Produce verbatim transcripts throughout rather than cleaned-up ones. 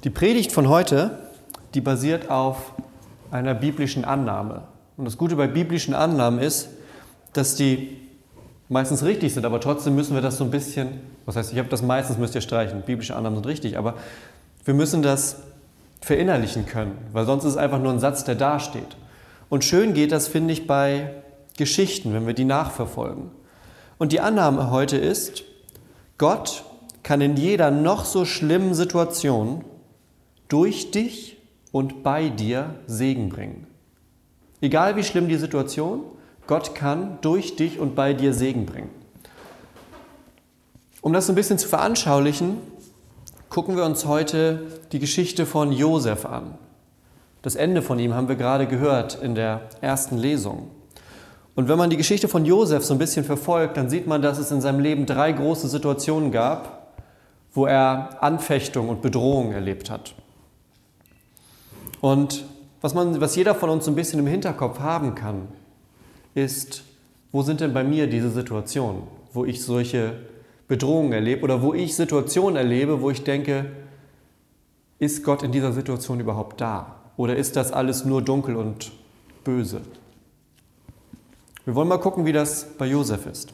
Die Predigt von heute, die basiert auf einer biblischen Annahme. Und das Gute bei biblischen Annahmen ist, dass die meistens richtig sind, aber trotzdem müssen wir das so ein bisschen, was heißt, ich habe das meistens, müsst ihr streichen, biblische Annahmen sind richtig, aber wir müssen das verinnerlichen können, weil sonst ist es einfach nur ein Satz, der dasteht. Und schön geht das, finde ich, bei Geschichten, wenn wir die nachverfolgen. Und die Annahme heute ist, Gott kann in jeder noch so schlimmen Situation durch dich und bei dir Segen bringen. Egal wie schlimm die Situation, Gott kann durch dich und bei dir Segen bringen. Um das so ein bisschen zu veranschaulichen, gucken wir uns heute die Geschichte von Josef an. Das Ende von ihm haben wir gerade gehört in der ersten Lesung. Und wenn man die Geschichte von Josef so ein bisschen verfolgt, dann sieht man, dass es in seinem Leben drei große Situationen gab, wo er Anfechtung und Bedrohung erlebt hat. Und was, man, was jeder von uns so ein bisschen im Hinterkopf haben kann, ist, wo sind denn bei mir diese Situationen, wo ich solche Bedrohungen erlebe oder wo ich Situationen erlebe, wo ich denke, ist Gott in dieser Situation überhaupt da? Oder ist das alles nur dunkel und böse? Wir wollen mal gucken, wie das bei Josef ist.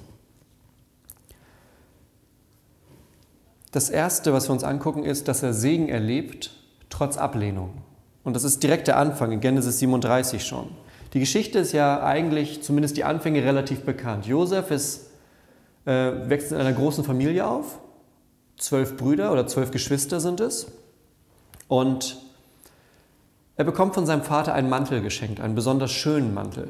Das Erste, was wir uns angucken, ist, dass er Segen erlebt, trotz Ablehnung. Und das ist direkt der Anfang, in Genesis siebenunddreißig schon. Die Geschichte ist ja eigentlich, zumindest die Anfänge, relativ bekannt. Josef ist, äh, wächst in einer großen Familie auf. Zwölf Brüder oder zwölf Geschwister sind es. Und er bekommt von seinem Vater einen Mantel geschenkt, einen besonders schönen Mantel.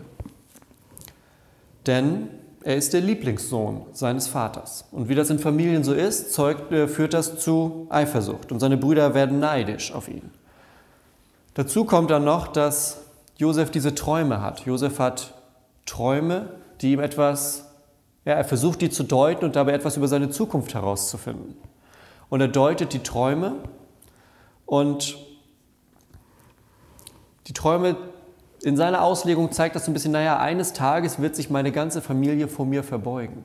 Denn er ist der Lieblingssohn seines Vaters. Und wie das in Familien so ist, zeugt, äh, führt das zu Eifersucht. Und seine Brüder werden neidisch auf ihn. Dazu kommt dann noch, dass Josef diese Träume hat. Josef hat Träume, die ihm etwas, ja, er versucht die zu deuten und dabei etwas über seine Zukunft herauszufinden. Und er deutet die Träume und die Träume in seiner Auslegung zeigt das so ein bisschen, naja, eines Tages wird sich meine ganze Familie vor mir verbeugen.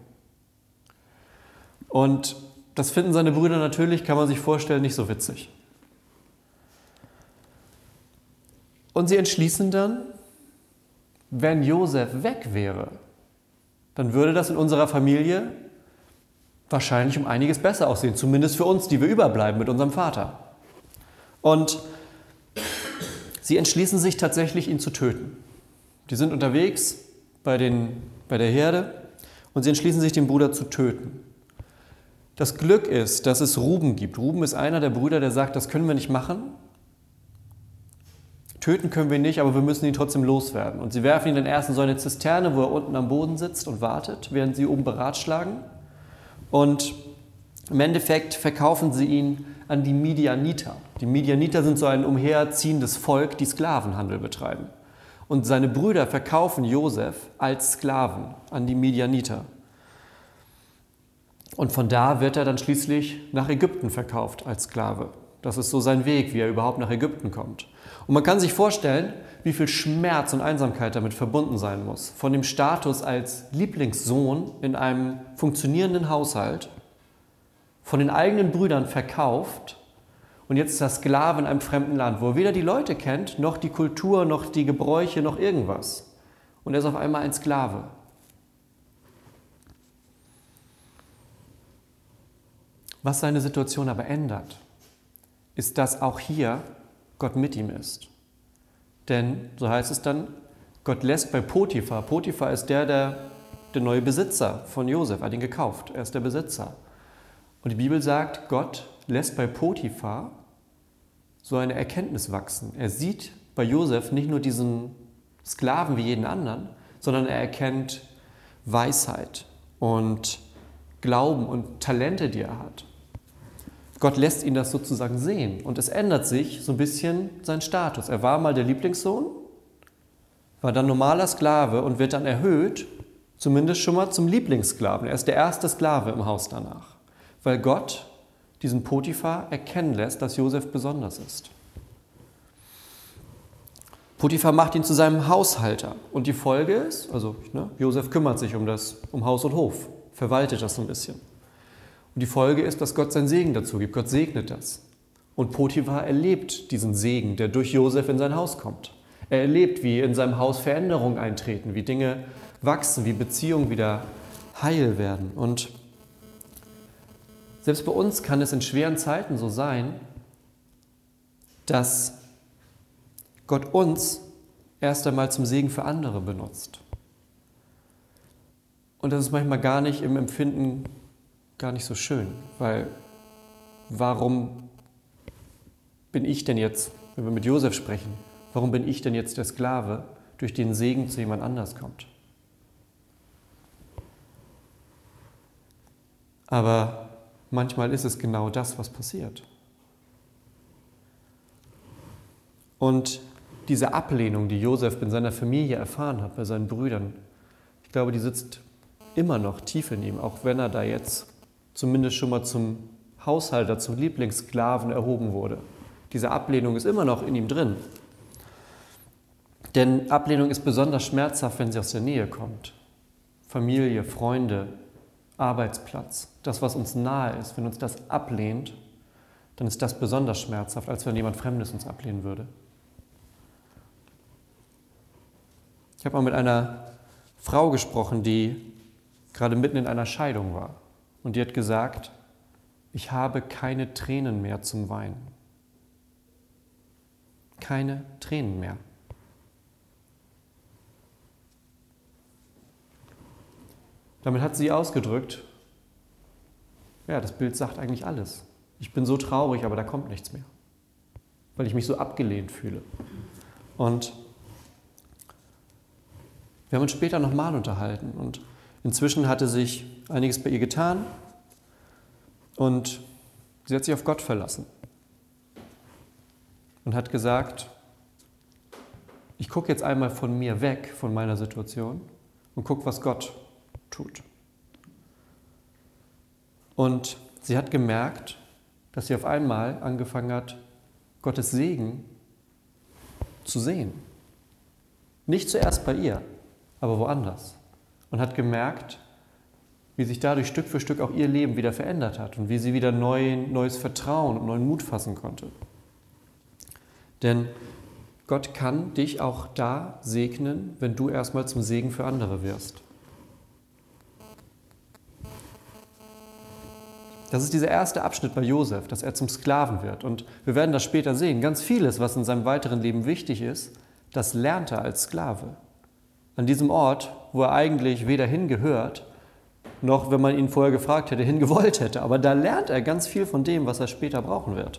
Und das finden seine Brüder natürlich, kann man sich vorstellen, nicht so witzig. Und sie entschließen dann, wenn Josef weg wäre, dann würde das in unserer Familie wahrscheinlich um einiges besser aussehen, zumindest für uns, die wir überbleiben mit unserem Vater. Und sie entschließen sich tatsächlich, ihn zu töten. Die sind unterwegs bei, den, bei der Herde und sie entschließen sich, den Bruder zu töten. Das Glück ist, dass es Ruben gibt. Ruben ist einer der Brüder, der sagt, das können wir nicht machen. Töten können wir nicht, aber wir müssen ihn trotzdem loswerden. Und sie werfen ihn dann erst in so eine Zisterne, wo er unten am Boden sitzt und wartet, während sie oben beratschlagen. Und im Endeffekt verkaufen sie ihn an die Midianiter. Die Midianiter sind so ein umherziehendes Volk, die Sklavenhandel betreiben. Und seine Brüder verkaufen Josef als Sklaven an die Midianiter. Und von da wird er dann schließlich nach Ägypten verkauft als Sklave. Das ist so sein Weg, wie er überhaupt nach Ägypten kommt. Und man kann sich vorstellen, wie viel Schmerz und Einsamkeit damit verbunden sein muss. Von dem Status als Lieblingssohn in einem funktionierenden Haushalt, von den eigenen Brüdern verkauft und jetzt ist er Sklave in einem fremden Land, wo er weder die Leute kennt, noch die Kultur, noch die Gebräuche, noch irgendwas. Und er ist auf einmal ein Sklave. Was seine Situation aber ändert, ist, dass auch hier Gott mit ihm ist. Denn, so heißt es dann, Gott lässt bei Potiphar, Potiphar ist der, der, der neue Besitzer von Josef, hat ihn gekauft, er ist der Besitzer. Und die Bibel sagt, Gott lässt bei Potiphar so eine Erkenntnis wachsen. Er sieht bei Josef nicht nur diesen Sklaven wie jeden anderen, sondern er erkennt Weisheit und Glauben und Talente, die er hat. Gott lässt ihn das sozusagen sehen und es ändert sich so ein bisschen sein Status. Er war mal der Lieblingssohn, war dann normaler Sklave und wird dann erhöht, zumindest schon mal zum Lieblingssklaven. Er ist der erste Sklave im Haus danach, weil Gott diesen Potiphar erkennen lässt, dass Josef besonders ist. Potiphar macht ihn zu seinem Haushalter und die Folge ist, also ne, Josef kümmert sich um das, um Haus und Hof, verwaltet das so ein bisschen. Und die Folge ist, dass Gott seinen Segen dazu gibt. Gott segnet das. Und Potiphar erlebt diesen Segen, der durch Josef in sein Haus kommt. Er erlebt, wie in seinem Haus Veränderungen eintreten, wie Dinge wachsen, wie Beziehungen wieder heil werden. Und selbst bei uns kann es in schweren Zeiten so sein, dass Gott uns erst einmal zum Segen für andere benutzt. Und das ist manchmal gar nicht im Empfinden gar nicht so schön, weil warum bin ich denn jetzt, wenn wir mit Josef sprechen, warum bin ich denn jetzt der Sklave, durch den Segen zu jemand anders kommt? Aber manchmal ist es genau das, was passiert. Und diese Ablehnung, die Josef in seiner Familie erfahren hat, bei seinen Brüdern, ich glaube, die sitzt immer noch tief in ihm, auch wenn er da jetzt zumindest schon mal zum Haushalter, zum Lieblingssklaven erhoben wurde. Diese Ablehnung ist immer noch in ihm drin. Denn Ablehnung ist besonders schmerzhaft, wenn sie aus der Nähe kommt. Familie, Freunde, Arbeitsplatz, das, was uns nahe ist, wenn uns das ablehnt, dann ist das besonders schmerzhaft, als wenn jemand Fremdes uns ablehnen würde. Ich habe mal mit einer Frau gesprochen, die gerade mitten in einer Scheidung war. Und die hat gesagt, ich habe keine Tränen mehr zum Weinen. Keine Tränen mehr. Damit hat sie ausgedrückt, ja, das Bild sagt eigentlich alles. Ich bin so traurig, aber da kommt nichts mehr, weil ich mich so abgelehnt fühle. Und wir haben uns später nochmal unterhalten und inzwischen hatte sich einiges bei ihr getan und sie hat sich auf Gott verlassen und hat gesagt, ich gucke jetzt einmal von mir weg, von meiner Situation und gucke, was Gott tut. Und sie hat gemerkt, dass sie auf einmal angefangen hat, Gottes Segen zu sehen. Nicht zuerst bei ihr, aber woanders. Und hat gemerkt, wie sich dadurch Stück für Stück auch ihr Leben wieder verändert hat und wie sie wieder neu, neues Vertrauen und neuen Mut fassen konnte. Denn Gott kann dich auch da segnen, wenn du erstmal zum Segen für andere wirst. Das ist dieser erste Abschnitt bei Josef, dass er zum Sklaven wird. Und wir werden das später sehen. Ganz vieles, was in seinem weiteren Leben wichtig ist, das lernt er als Sklave. An diesem Ort, wo er eigentlich weder hingehört, noch, wenn man ihn vorher gefragt hätte, hingewollt hätte. Aber da lernt er ganz viel von dem, was er später brauchen wird.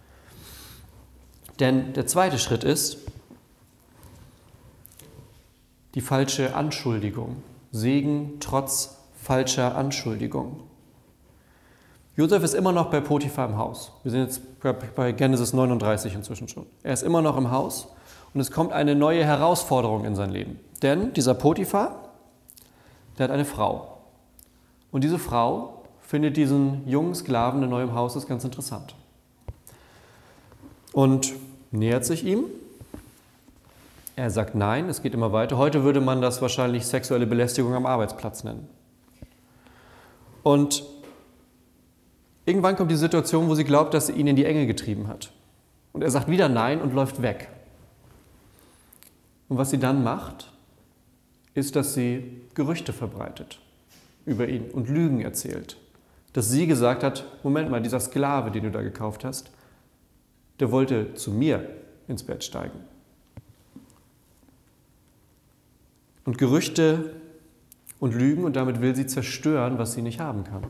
Denn der zweite Schritt ist die falsche Anschuldigung. Segen trotz falscher Anschuldigung. Josef ist immer noch bei Potiphar im Haus. Wir sind jetzt bei Genesis neununddreißig inzwischen schon. Er ist immer noch im Haus und es kommt eine neue Herausforderung in sein Leben. Denn dieser Potiphar, der hat eine Frau. Und diese Frau findet diesen jungen Sklaven in neuem Haus ist ganz interessant. Und nähert sich ihm. Er sagt nein, es geht immer weiter. Heute würde man das wahrscheinlich sexuelle Belästigung am Arbeitsplatz nennen. Und irgendwann kommt die Situation, wo sie glaubt, dass sie ihn in die Enge getrieben hat. Und er sagt wieder nein und läuft weg. Und was sie dann macht, ist, dass sie Gerüchte verbreitet über ihn und Lügen erzählt. Dass sie gesagt hat, Moment mal, dieser Sklave, den du da gekauft hast, der wollte zu mir ins Bett steigen. Und Gerüchte und Lügen und damit will sie zerstören, was sie nicht haben kann.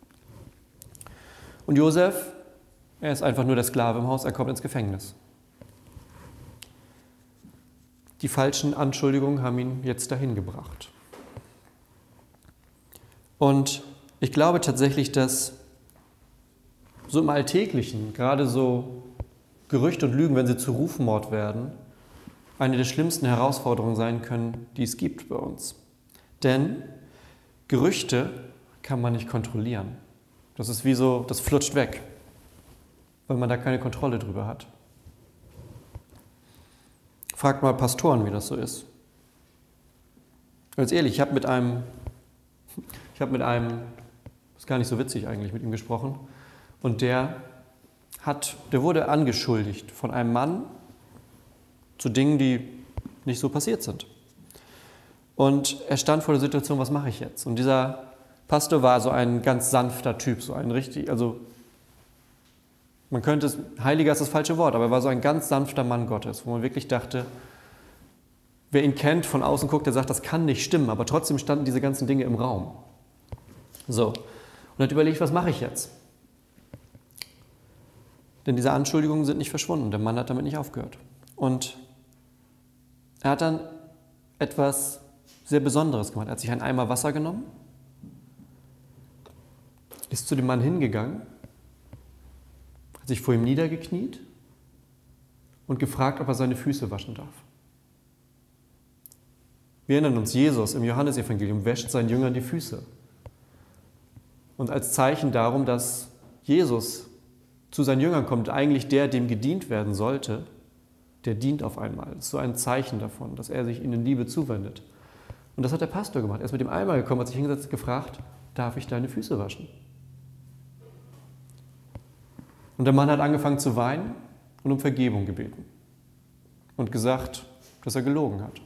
Und Josef, er ist einfach nur der Sklave im Haus, er kommt ins Gefängnis. Die falschen Anschuldigungen haben ihn jetzt dahin gebracht. Und ich glaube tatsächlich, dass so im Alltäglichen, gerade so Gerüchte und Lügen, wenn sie zu Rufmord werden, eine der schlimmsten Herausforderungen sein können, die es gibt bei uns. Denn Gerüchte kann man nicht kontrollieren. Das ist wie so, das flutscht weg, weil man da keine Kontrolle drüber hat. Fragt mal Pastoren, wie das so ist. Ganz ehrlich, ich habe mit einem, ich habe mit einem, das ist gar nicht so witzig eigentlich, mit ihm gesprochen. Und der hat, der wurde angeschuldigt von einem Mann zu Dingen, die nicht so passiert sind. Und er stand vor der Situation, was mache ich jetzt? Und dieser Pastor war so ein ganz sanfter Typ, so ein richtig, also man könnte es, heiliger ist das falsche Wort, aber er war so ein ganz sanfter Mann Gottes, wo man wirklich dachte, wer ihn kennt, von außen guckt, der sagt, das kann nicht stimmen, aber trotzdem standen diese ganzen Dinge im Raum. So, und er hat überlegt, was mache ich jetzt? Denn diese Anschuldigungen sind nicht verschwunden, der Mann hat damit nicht aufgehört. Und er hat dann etwas sehr Besonderes gemacht. Er hat sich einen Eimer Wasser genommen, ist zu dem Mann hingegangen, hat sich vor ihm niedergekniet und gefragt, ob er seine Füße waschen darf. Wir erinnern uns, Jesus im Johannesevangelium wäscht seinen Jüngern die Füße. Und als Zeichen darum, dass Jesus zu seinen Jüngern kommt, eigentlich der, dem gedient werden sollte, der dient auf einmal. Das ist so ein Zeichen davon, dass er sich ihnen in Liebe zuwendet. Und das hat der Pastor gemacht. Er ist mit dem Eimer gekommen, hat sich hingesetzt und gefragt, darf ich deine Füße waschen? Und der Mann hat angefangen zu weinen und um Vergebung gebeten und gesagt, dass er gelogen hat.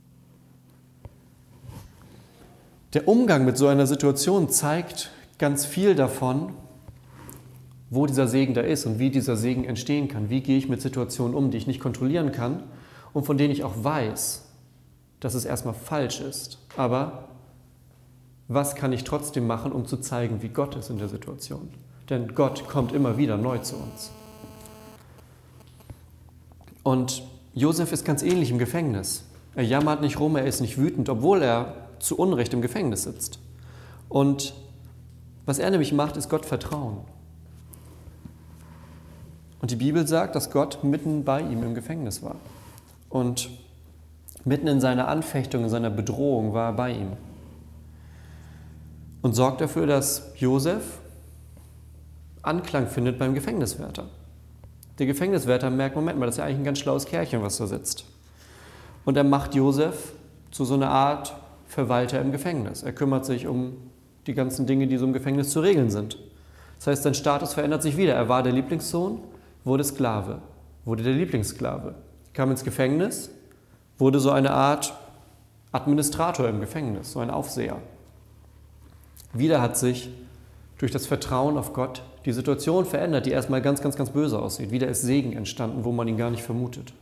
Der Umgang mit so einer Situation zeigt ganz viel davon, wo dieser Segen da ist und wie dieser Segen entstehen kann. Wie gehe ich mit Situationen um, die ich nicht kontrollieren kann und von denen ich auch weiß, dass es erstmal falsch ist. Aber was kann ich trotzdem machen, um zu zeigen, wie Gott ist in der Situation? Denn Gott kommt immer wieder neu zu uns. Und Josef ist ganz ähnlich im Gefängnis. Er jammert nicht rum, er ist nicht wütend, obwohl er zu Unrecht im Gefängnis sitzt. Und was er nämlich macht, ist Gott vertrauen. Und die Bibel sagt, dass Gott mitten bei ihm im Gefängnis war. Und mitten in seiner Anfechtung, in seiner Bedrohung war er bei ihm. Und sorgt dafür, dass Josef Anklang findet beim Gefängniswärter. Der Gefängniswärter merkt, Moment mal, das ist ja eigentlich ein ganz schlaues Kerlchen, was da sitzt. Und er macht Josef zu so einer Art Verwalter im Gefängnis. Er kümmert sich um die ganzen Dinge, die so im Gefängnis zu regeln sind. Das heißt, sein Status verändert sich wieder. Er war der Lieblingssohn, wurde Sklave, wurde der Lieblingssklave, kam ins Gefängnis, wurde so eine Art Administrator im Gefängnis, so ein Aufseher. Wieder hat sich durch das Vertrauen auf Gott die Situation verändert, die erstmal ganz, ganz, ganz böse aussieht. Wieder ist Segen entstanden, wo man ihn gar nicht vermutet.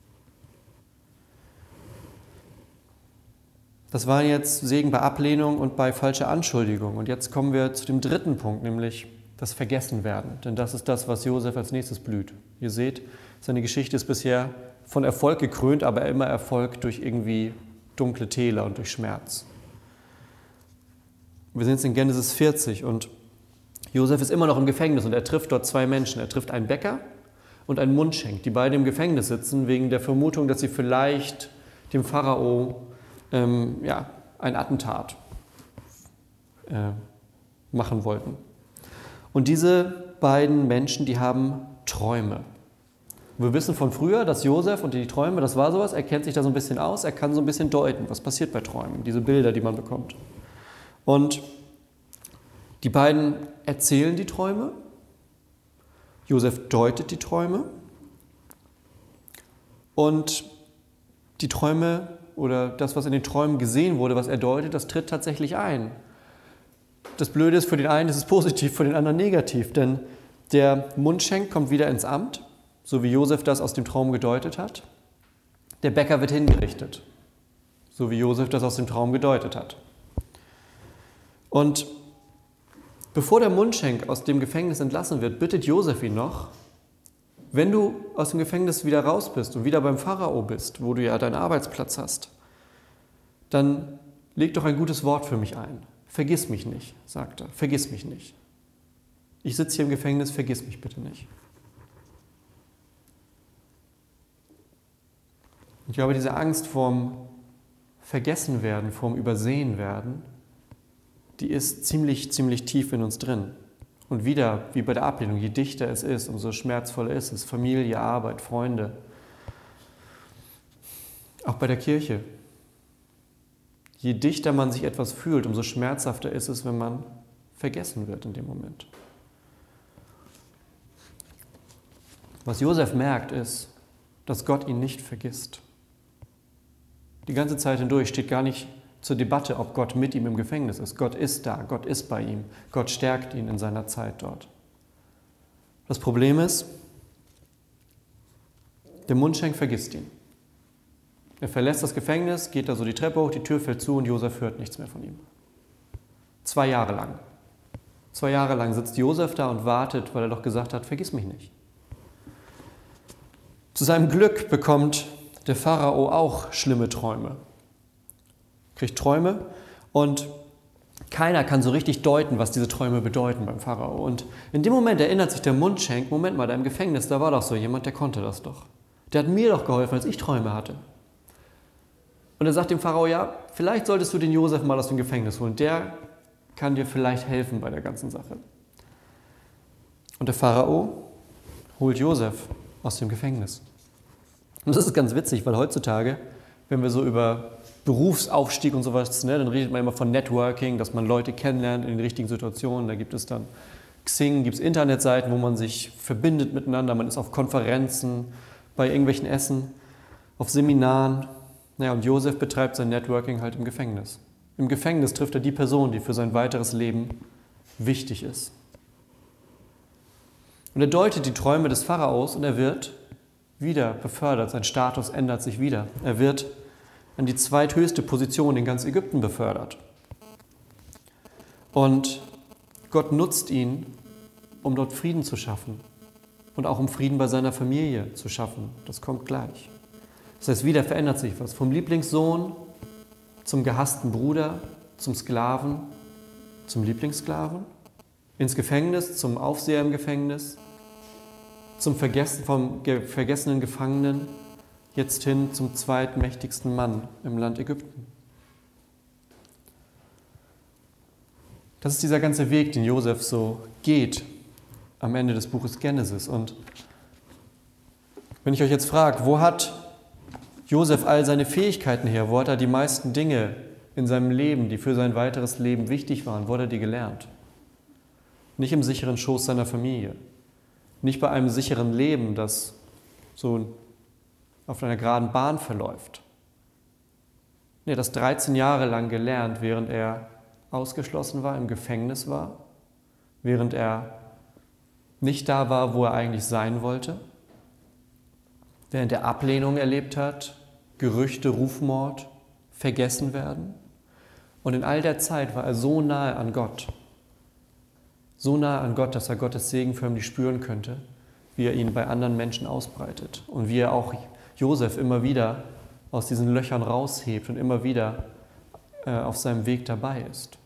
Das waren jetzt Segen bei Ablehnung und bei falscher Anschuldigung. Und jetzt kommen wir zu dem dritten Punkt, nämlich das Vergessenwerden. Denn das ist das, was Josef als nächstes blüht. Ihr seht, seine Geschichte ist bisher von Erfolg gekrönt, aber immer Erfolg durch irgendwie dunkle Täler und durch Schmerz. Wir sind jetzt in Genesis vierzig und Josef ist immer noch im Gefängnis und er trifft dort zwei Menschen. Er trifft einen Bäcker und einen Mundschenk, die beide im Gefängnis sitzen, wegen der Vermutung, dass sie vielleicht dem Pharao ähm, ja, ein Attentat äh, machen wollten. Und diese beiden Menschen, die haben Träume. Wir wissen von früher, dass Josef und die Träume, das war sowas, er kennt sich da so ein bisschen aus, er kann so ein bisschen deuten, was passiert bei Träumen, diese Bilder, die man bekommt. Und die beiden erzählen die Träume, Josef deutet die Träume und die Träume oder das, was in den Träumen gesehen wurde, was er deutet, das tritt tatsächlich ein. Das Blöde ist, für den einen ist es positiv, für den anderen negativ, denn der Mundschenk kommt wieder ins Amt, so wie Josef das aus dem Traum gedeutet hat. Der Bäcker wird hingerichtet, so wie Josef das aus dem Traum gedeutet hat. Und bevor der Mundschenk aus dem Gefängnis entlassen wird, bittet Josef ihn noch, wenn du aus dem Gefängnis wieder raus bist und wieder beim Pharao bist, wo du ja deinen Arbeitsplatz hast, dann leg doch ein gutes Wort für mich ein. Vergiss mich nicht, sagt er, vergiss mich nicht. Ich sitze hier im Gefängnis, vergiss mich bitte nicht. Und ich glaube, diese Angst vorm Vergessenwerden, vorm Übersehenwerden, die ist ziemlich, ziemlich tief in uns drin. Und wieder, wie bei der Ablehnung, je dichter es ist, umso schmerzvoller ist es. Familie, Arbeit, Freunde. Auch bei der Kirche. Je dichter man sich etwas fühlt, umso schmerzhafter ist es, wenn man vergessen wird in dem Moment. Was Josef merkt, ist, dass Gott ihn nicht vergisst. Die ganze Zeit hindurch steht gar nicht zur Debatte, ob Gott mit ihm im Gefängnis ist. Gott ist da, Gott ist bei ihm, Gott stärkt ihn in seiner Zeit dort. Das Problem ist, der Mundschenk vergisst ihn. Er verlässt das Gefängnis, geht da so die Treppe hoch, die Tür fällt zu und Josef hört nichts mehr von ihm. Zwei Jahre lang. Zwei Jahre lang sitzt Josef da und wartet, weil er doch gesagt hat, vergiss mich nicht. Zu seinem Glück bekommt der Pharao auch schlimme Träume. Kriegt Träume und keiner kann so richtig deuten, was diese Träume bedeuten beim Pharao. Und in dem Moment erinnert sich der Mundschenk, Moment mal, da im Gefängnis, da war doch so jemand, der konnte das doch. Der hat mir doch geholfen, als ich Träume hatte. Und er sagt dem Pharao, ja, vielleicht solltest du den Josef mal aus dem Gefängnis holen. Der kann dir vielleicht helfen bei der ganzen Sache. Und der Pharao holt Josef aus dem Gefängnis. Und das ist ganz witzig, weil heutzutage, wenn wir so über Berufsaufstieg und sowas, ne, dann redet man immer von Networking, dass man Leute kennenlernt in den richtigen Situationen. Da gibt es dann Xing, gibt es Internetseiten, wo man sich verbindet miteinander. Man ist auf Konferenzen, bei irgendwelchen Essen, auf Seminaren. Naja, und Josef betreibt sein Networking halt im Gefängnis. Im Gefängnis trifft er die Person, die für sein weiteres Leben wichtig ist. Und er deutet die Träume des Pharaos und er wird wieder befördert. Sein Status ändert sich wieder. Er wird an die zweithöchste Position in ganz Ägypten befördert. Und Gott nutzt ihn, um dort Frieden zu schaffen und auch um Frieden bei seiner Familie zu schaffen. Das kommt gleich. Das heißt, wieder verändert sich was. Vom Lieblingssohn zum gehassten Bruder, zum Sklaven, zum Lieblingssklaven, ins Gefängnis, zum Aufseher im Gefängnis, zum Vergessen, vom vergessenen Gefangenen, jetzt hin zum zweitmächtigsten Mann im Land Ägypten. Das ist dieser ganze Weg, den Josef so geht am Ende des Buches Genesis. Und wenn ich euch jetzt frage, wo hat Josef all seine Fähigkeiten her? Wo hat er die meisten Dinge in seinem Leben, die für sein weiteres Leben wichtig waren, wo hat er die gelernt? Nicht im sicheren Schoß seiner Familie. Nicht bei einem sicheren Leben, das so auf einer geraden Bahn verläuft. Nee, das dreizehn Jahre lang gelernt, während er ausgeschlossen war, im Gefängnis war, während er nicht da war, wo er eigentlich sein wollte, während er Ablehnung erlebt hat, Gerüchte, Rufmord, vergessen werden. Und in all der Zeit war er so nahe an Gott, so nahe an Gott, dass er Gottes Segen förmlich spüren könnte, wie er ihn bei anderen Menschen ausbreitet und wie er auch Josef immer wieder aus diesen Löchern raushebt und immer wieder äh, auf seinem Weg dabei ist.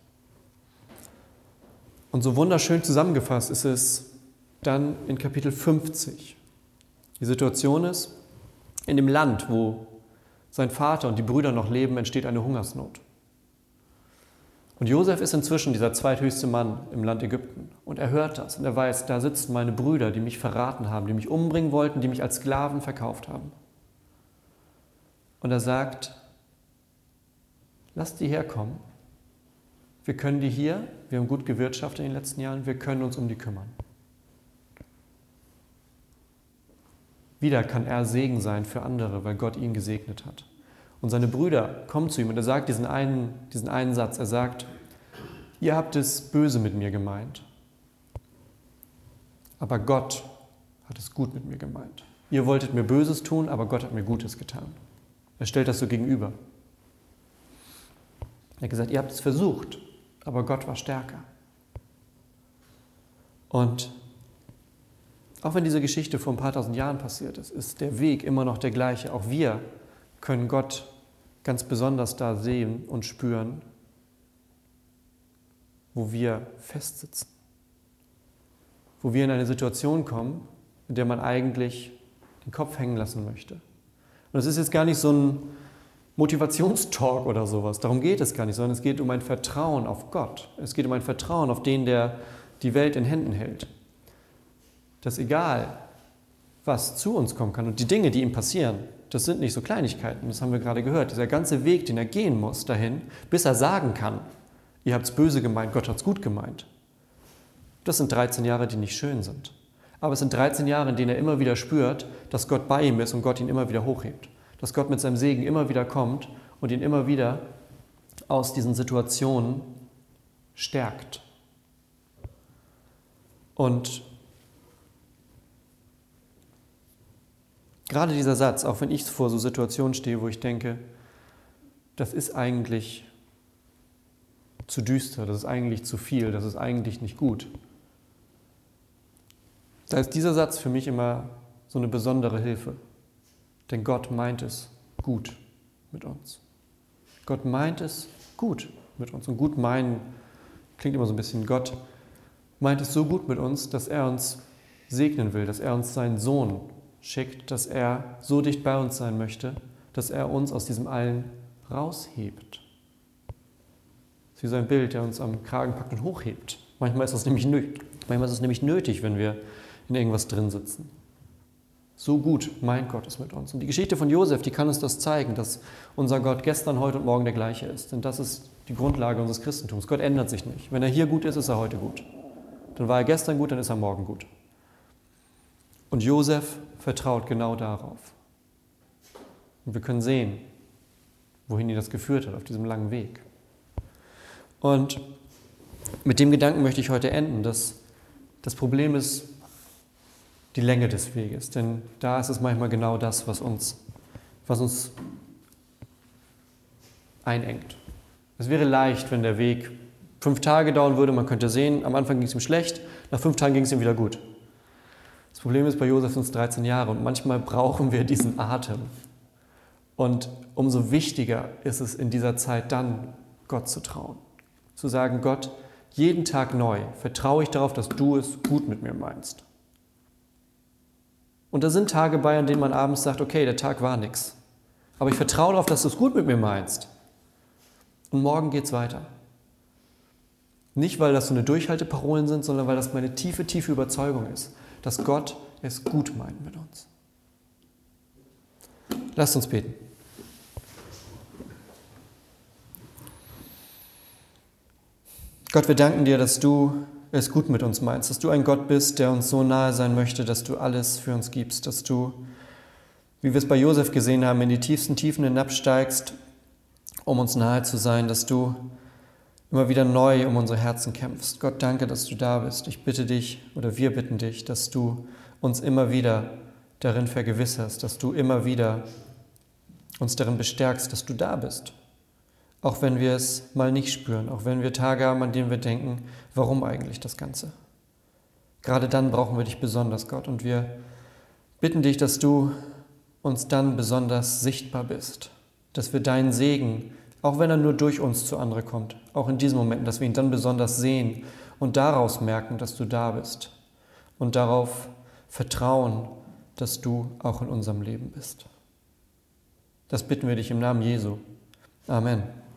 Und so wunderschön zusammengefasst ist es dann in Kapitel fünfzig. Die Situation ist, in dem Land, wo sein Vater und die Brüder noch leben, entsteht eine Hungersnot. Und Josef ist inzwischen dieser zweithöchste Mann im Land Ägypten. Und er hört das und er weiß, da sitzen meine Brüder, die mich verraten haben, die mich umbringen wollten, die mich als Sklaven verkauft haben. Und er sagt, lasst die herkommen. Wir können die hier, wir haben gut gewirtschaftet in den letzten Jahren, wir können uns um die kümmern. Wieder kann er Segen sein für andere, weil Gott ihn gesegnet hat. Und seine Brüder kommen zu ihm und er sagt diesen einen, diesen einen Satz. Er sagt, ihr habt es böse mit mir gemeint, aber Gott hat es gut mit mir gemeint. Ihr wolltet mir Böses tun, aber Gott hat mir Gutes getan. Er stellt das so gegenüber. Er hat gesagt, ihr habt es versucht, aber Gott war stärker. Und auch wenn diese Geschichte vor ein paar tausend Jahren passiert ist, ist der Weg immer noch der gleiche. Auch wir können Gott ganz besonders da sehen und spüren, wo wir festsitzen. Wo wir in eine Situation kommen, in der man eigentlich den Kopf hängen lassen möchte. Und es ist jetzt gar nicht so ein Motivationstalk oder sowas, darum geht es gar nicht, sondern es geht um ein Vertrauen auf Gott. Es geht um ein Vertrauen auf den, der die Welt in Händen hält. Dass egal, was zu uns kommen kann und die Dinge, die ihm passieren, das sind nicht so Kleinigkeiten, das haben wir gerade gehört. Dieser ganze Weg, den er gehen muss dahin, bis er sagen kann, ihr habt es böse gemeint, Gott hat es gut gemeint. Das sind dreizehn Jahre, die nicht schön sind. Aber es sind dreizehn Jahre, in denen er immer wieder spürt, dass Gott bei ihm ist und Gott ihn immer wieder hochhebt. Dass Gott mit seinem Segen immer wieder kommt und ihn immer wieder aus diesen Situationen stärkt. Und gerade dieser Satz, auch wenn ich vor so Situationen stehe, wo ich denke, das ist eigentlich zu düster, das ist eigentlich zu viel, das ist eigentlich nicht gut. Da ist dieser Satz für mich immer so eine besondere Hilfe. Denn Gott meint es gut mit uns. Gott meint es gut mit uns. Und gut meinen klingt immer so ein bisschen, Gott meint es so gut mit uns, dass er uns segnen will, dass er uns seinen Sohn schickt, dass er so dicht bei uns sein möchte, dass er uns aus diesem Allen raushebt. Das ist wie so ein Bild, der uns am Kragen packt und hochhebt. Manchmal ist das nämlich nötig, manchmal ist es nämlich nötig, wenn wir in irgendwas drin sitzen. So gut meint Gott es mit uns. Und die Geschichte von Josef, die kann uns das zeigen, dass unser Gott gestern, heute und morgen der gleiche ist. Denn das ist die Grundlage unseres Christentums. Gott ändert sich nicht. Wenn er hier gut ist, ist er heute gut. Dann war er gestern gut, dann ist er morgen gut. Und Josef vertraut genau darauf. Und wir können sehen, wohin ihn das geführt hat auf diesem langen Weg. Und mit dem Gedanken möchte ich heute enden, dass das Problem ist die Länge des Weges. Denn da ist es manchmal genau das, was uns, was uns einengt. Es wäre leicht, wenn der Weg fünf Tage dauern würde, man könnte sehen, am Anfang ging es ihm schlecht, nach fünf Tagen ging es ihm wieder gut. Das Problem ist, bei Josef sind es dreizehn Jahre und manchmal brauchen wir diesen Atem. Und umso wichtiger ist es in dieser Zeit dann, Gott zu trauen. Zu sagen, Gott, jeden Tag neu vertraue ich darauf, dass du es gut mit mir meinst. Und da sind Tage bei, an denen man abends sagt, okay, der Tag war nix. Aber ich vertraue darauf, dass du es gut mit mir meinst. Und morgen geht's weiter. Nicht, weil das so eine Durchhalteparolen sind, sondern weil das meine tiefe, tiefe Überzeugung ist, dass Gott es gut meint mit uns. Lasst uns beten. Gott, wir danken dir, dass du es gut mit uns meinst, dass du ein Gott bist, der uns so nahe sein möchte, dass du alles für uns gibst, dass du, wie wir es bei Josef gesehen haben, in die tiefsten Tiefen hinabsteigst, um uns nahe zu sein, dass du immer wieder neu um unsere Herzen kämpfst. Gott, danke, dass du da bist. Ich bitte dich, oder wir bitten dich, dass du uns immer wieder darin vergewisserst, dass du immer wieder uns darin bestärkst, dass du da bist. Auch wenn wir es mal nicht spüren, auch wenn wir Tage haben, an denen wir denken, warum eigentlich das Ganze? Gerade dann brauchen wir dich besonders, Gott. Und wir bitten dich, dass du uns dann besonders sichtbar bist, dass wir deinen Segen, auch wenn er nur durch uns zu anderen kommt, auch in diesen Momenten, dass wir ihn dann besonders sehen und daraus merken, dass du da bist und darauf vertrauen, dass du auch in unserem Leben bist. Das bitten wir dich im Namen Jesu. Amen.